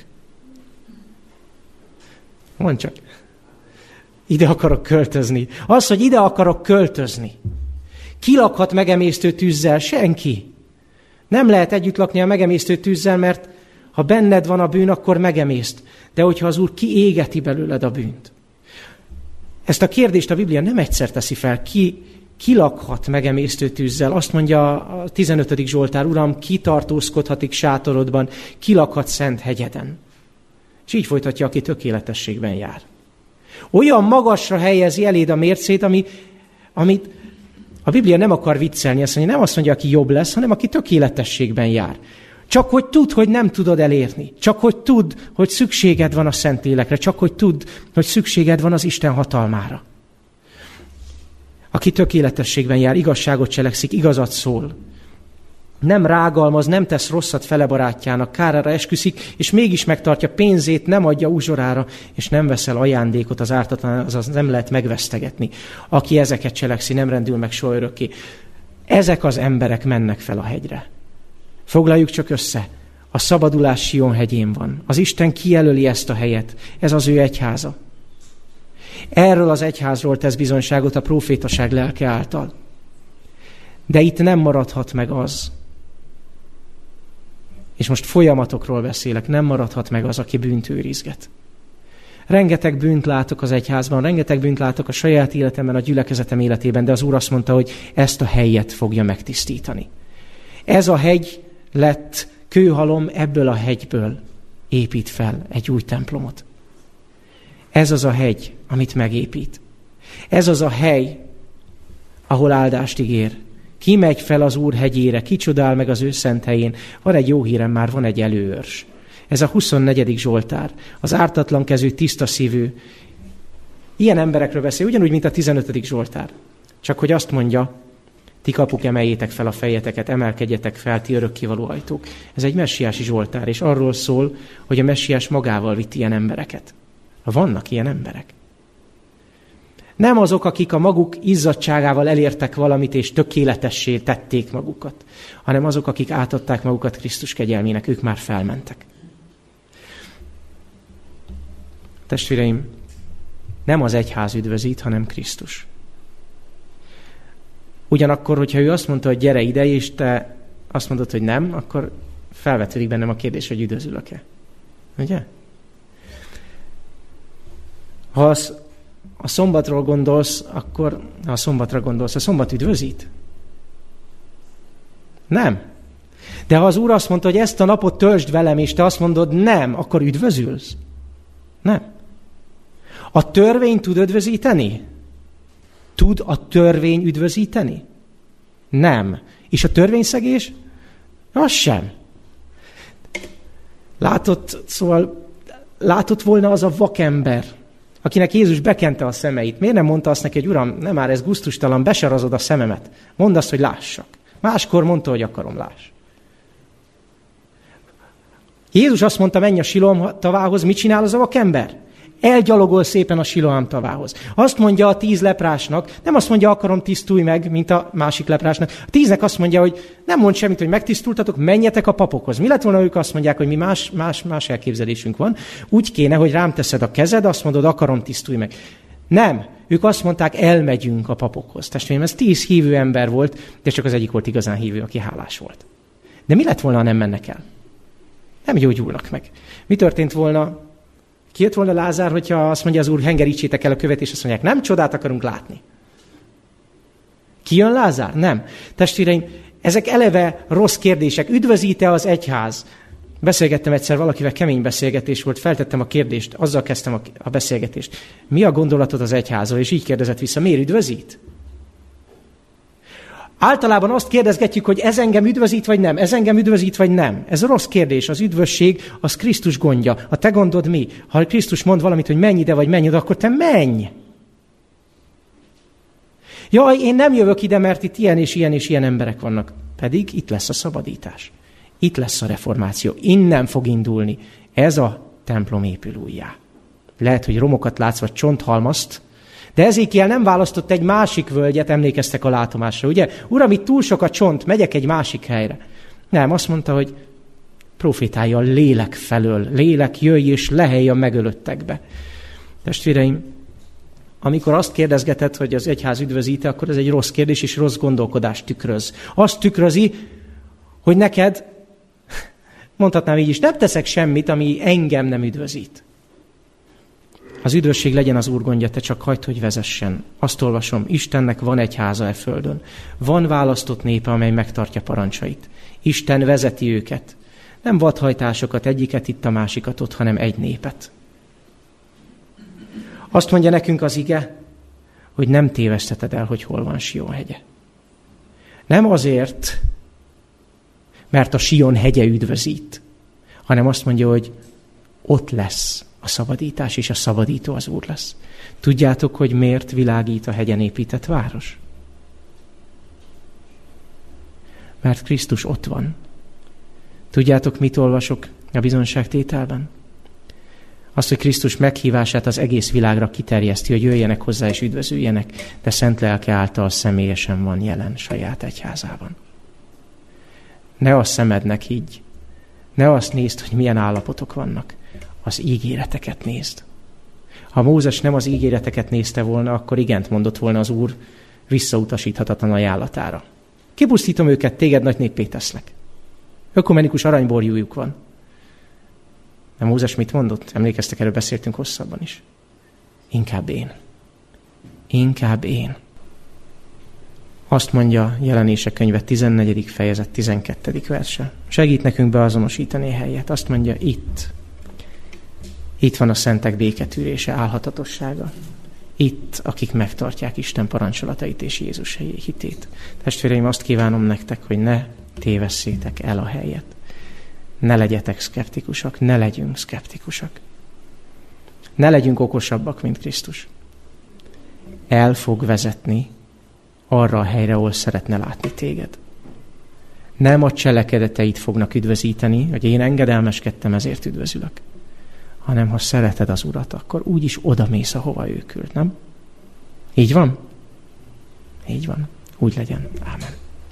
Mondd csak. Ide akarok költözni. Az, hogy ide akarok költözni. Ki lakhat megemésztő tűzzel? Senki. Nem lehet együtt lakni a megemésztő tűzzel, mert ha benned van a bűn, akkor megemészt. De hogyha az Úr kiégeti belőled a bűnt. Ezt a kérdést a Biblia nem egyszer teszi fel. Ki lakhat megemésztő tűzzel? Azt mondja a 15. Zsoltár, Uram, ki tartózkodhatik sátorodban, ki lakhat szent hegyeden? És így folytatja, aki tökéletességben jár. Olyan magasra helyezi eléd a mércét, amit a Biblia nem akar viccelni. Azt mondja, nem azt mondja, aki jobb lesz, hanem aki tökéletességben jár. Csak hogy tudd, hogy nem tudod elérni. Csak hogy tudd, hogy szükséged van a Szentlélekre. Csak hogy tudd, hogy szükséged van az Isten hatalmára. Aki tökéletességben jár, igazságot cselekszik, igazat szól. Nem rágalmaz, nem tesz rosszat fele barátjának, kárára esküszik, és mégis megtartja pénzét, nem adja uzsorára, és nem veszel ajándékot az ártatlan, azaz nem lehet megvesztegetni. Aki ezeket cselekszi, nem rendül meg soha örökké. Ezek az emberek mennek fel a hegyre. Foglaljuk csak össze. A szabadulás Sion hegyén van. Az Isten kijelöli ezt a helyet. Ez az ő egyháza. Erről az egyházról tesz bizonyságot a profétaság lelke által. De itt nem maradhat meg az, és most folyamatokról beszélek, nem maradhat meg az, aki bűnt őrizget. Rengeteg bűnt látok az egyházban, rengeteg bűnt látok a saját életemben, a gyülekezetem életében, de az Úr azt mondta, hogy ezt a helyet fogja megtisztítani. Ez a hegy lett kőhalom, ebből a hegyből épít fel egy új templomot. Ez az a hegy, amit megépít. Ez az a hely, ahol áldást ígér. Ki megy fel az Úr hegyére, ki csodál meg az ő szent helyén. Van egy jó hírem, már van egy előőrs. Ez a 24. Zsoltár. Az ártatlan kezű, tiszta szívű. Ilyen emberekről beszél, ugyanúgy, mint a 15. Zsoltár. Csak hogy azt mondja, ti kapuk, emeljétek fel a fejeteket, emelkedjetek fel, ti örökkévaló ajtók. Ez egy messiási Zsoltár, és arról szól, hogy a messiás magával vitt ilyen embereket. Vannak ilyen emberek. Nem azok, akik a maguk izzadtságával elértek valamit, és tökéletessé tették magukat, hanem azok, akik átadták magukat Krisztus kegyelmének, ők már felmentek. Testvéreim, nem az egyház üdvözít, hanem Krisztus. Ugyanakkor, hogyha ő azt mondta, hogy gyere ide, és te azt mondod, hogy nem, akkor felvetődik bennem a kérdés, hogy üdvözülök-e. Ugye? Ha a szombatról gondolsz, akkor ha a szombatra gondolsz, a szombat üdvözít? Nem. De ha az Úr azt mondta, hogy ezt a napot töltsd velem, és te azt mondod, nem, akkor üdvözülsz? Nem. A törvény tud üdvözíteni? Tud a törvény üdvözíteni? Nem. És a törvényszegés? Az sem. Látott volna az a vakember, akinek Jézus bekente a szemeit. Miért nem mondta azt neki, hogy Uram, nem már ez gusztustalan, besarazod a szememet. Mondd azt, hogy lássak. Máskor mondta, hogy akarom, láss. Jézus azt mondta, menj a Siloám tavához, mit csinál az a vakember? Elgyalogol szépen a Siloám tavához. Azt mondja a 10 leprásnak, nem azt mondja, akarom, tisztulj meg, mint a másik leprásnak. A 10-nek azt mondja, hogy nem mond semmit, hogy megtisztultatok, menjetek a papokhoz. Mi lett volna, ők azt mondják, hogy mi más elképzelésünk van. Úgy kéne, hogy rám teszed a kezed, azt mondod, akarom, tisztulj meg. Nem. Ők azt mondták, elmegyünk a papokhoz. Testvérem, ez 10 hívő ember volt, de csak az egyik volt igazán hívő, aki hálás volt. De mi lett volna, ha nem mennek el? Nem gyógyulnak meg. Mi történt volna? Kijött volna Lázár, hogyha azt mondja az Úr, hengerítsétek el a követ, és azt mondják, nem, csodát akarunk látni. Kijön Lázár? Nem. Testvéreim, ezek eleve rossz kérdések. Üdvözít-e az egyház? Beszélgettem egyszer valakivel, kemény beszélgetés volt, feltettem a kérdést, azzal kezdtem a beszélgetést. Mi a gondolatod az egyházról? És így kérdezett vissza, miért üdvözít? Általában azt kérdezgetjük, hogy ez engem üdvözít, vagy nem? Ez engem üdvözít, vagy nem? Ez rossz kérdés. Az üdvösség, az Krisztus gondja. A te gondod mi? Ha Krisztus mond valamit, hogy menj ide, vagy menj oda, akkor te menj! Jaj, én nem jövök ide, mert itt ilyen és ilyen és ilyen emberek vannak. Pedig itt lesz a szabadítás. Itt lesz a reformáció. Innen fog indulni. Ez a templom épül újjá. Lehet, hogy romokat látsz, vagy csonthalmazt, de Ezékiel nem választott egy másik völgyet, emlékeztek a látomásra, ugye? Uram, itt túl sok a csont, megyek egy másik helyre. Nem, azt mondta, hogy profétálj a lélek felől. Lélek, jöjj és lehelj a megölöttekbe. Testvéreim, amikor azt kérdezgeted, hogy az egyház üdvözít-e, akkor ez egy rossz kérdés és rossz gondolkodást tükröz. Azt tükrözi, hogy neked, mondhatnám így is, nem teszek semmit, ami engem nem üdvözít. Az üdvösség legyen az Úr gondja, te csak hagyd, hogy vezessen. Azt olvasom, Istennek van egyháza e földön. Van választott népe, amely megtartja parancsait. Isten vezeti őket. Nem vadhajtásokat, egyiket itt, a másikat ott, hanem egy népet. Azt mondja nekünk az ige, hogy nem téveszteted el, hogy hol van Sion hegye. Nem azért, mert a Sion hegye üdvözít, hanem azt mondja, hogy ott lesz a szabadítás, és a szabadító az Úr lesz. Tudjátok, hogy miért világít a hegyen épített város? Mert Krisztus ott van. Tudjátok, mit olvasok a bizonyságtételben? Azt, hogy Krisztus meghívását az egész világra kiterjeszti, hogy jöjjenek hozzá és üdvözüljenek, de szent lelke által személyesen van jelen saját egyházában. Ne a szemednek higgy. Ne azt nézd, hogy milyen állapotok vannak. Az ígéreteket nézd. Ha Mózes nem az ígéreteket nézte volna, akkor igent mondott volna az Úr visszautasíthatatlan ajánlatára. Kipusztítom őket, téged nagy néppé teszlek. Ökumenikus aranyborjújuk van. De Mózes mit mondott? Emlékeztek, erről beszéltünk hosszabban is. Inkább én. Inkább én. Azt mondja Jelenések könyve 14. fejezet 12. verse. Segít nekünk beazonosítani a helyet. Azt mondja, itt. Itt van a szentek béketűrése, álhatatossága. Itt, akik megtartják Isten parancsolatait és Jézus hitét. Testvéreim, azt kívánom nektek, hogy ne tévesszétek el a helyet. Ne legyetek szkeptikusak, ne legyünk szkeptikusak. Ne legyünk okosabbak, mint Krisztus. El fog vezetni arra a helyre, ahol szeretne látni téged. Nem a cselekedeteit fognak üdvözíteni, hogy én engedelmeskedtem, ezért üdvözülök, hanem ha szereted az Urat, akkor úgyis odamész, ahova ő küld, nem? Így van? Így van. Úgy legyen. Ámen.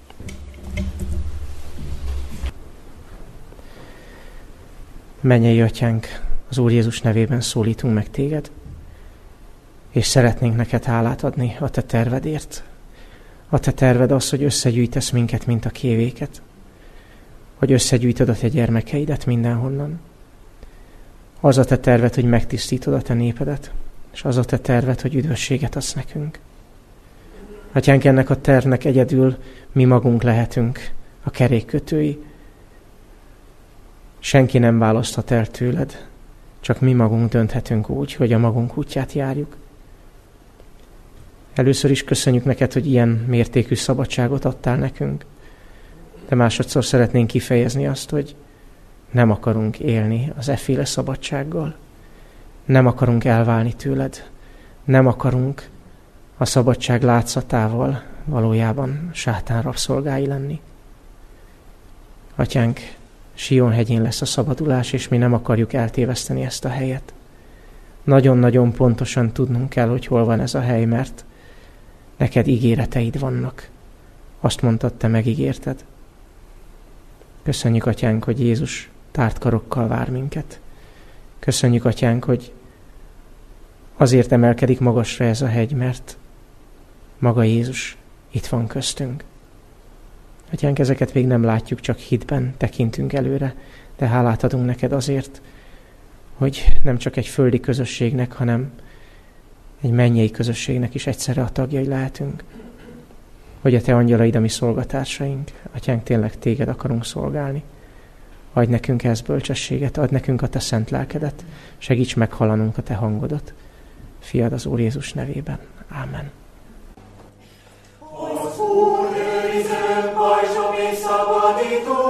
Mennyei Atyánk, az Úr Jézus nevében szólítunk meg téged, és szeretnénk neked hálát adni a te tervedért. A te terved az, hogy összegyűjtesz minket, mint a kévéket, hogy összegyűjtöd a te gyermekeidet mindenhonnan. Az a te terved, hogy megtisztítod a te népedet, és az a te terved, hogy üdvösséget adsz nekünk. Atyánk, ennek a tervnek egyedül mi magunk lehetünk a kerékkötői. Senki nem választhat el tőled, csak mi magunk dönthetünk úgy, hogy a magunk útját járjuk. Először is köszönjük neked, hogy ilyen mértékű szabadságot adtál nekünk, de másodszor szeretnénk kifejezni azt, hogy nem akarunk élni az efféle szabadsággal. Nem akarunk elválni tőled. Nem akarunk a szabadság látszatával valójában sátán rabszolgái lenni. Atyánk, Sion hegyén lesz a szabadulás, és mi nem akarjuk eltéveszteni ezt a helyet. Nagyon-nagyon pontosan tudnunk kell, hogy hol van ez a hely, mert neked ígéreteid vannak. Azt mondtad, te megígérted. Köszönjük, Atyánk, hogy Jézus tárt karokkal vár minket. Köszönjük, Atyánk, hogy azért emelkedik magasra ez a hegy, mert maga Jézus itt van köztünk. Atyánk, ezeket még nem látjuk, csak hitben tekintünk előre, de hálát adunk neked azért, hogy nem csak egy földi közösségnek, hanem egy mennyei közösségnek is egyszerre a tagjai lehetünk. Hogy a te angyalaid a mi szolgatársaink. Atyánk, tényleg téged akarunk szolgálni. Adj nekünk ehhez bölcsességet, add nekünk a te szent lelkedet, segíts meghallanunk a te hangodat. Fiad az Úr Jézus nevében. Ámen. Az Úr őriző, pajzsom és szabadító,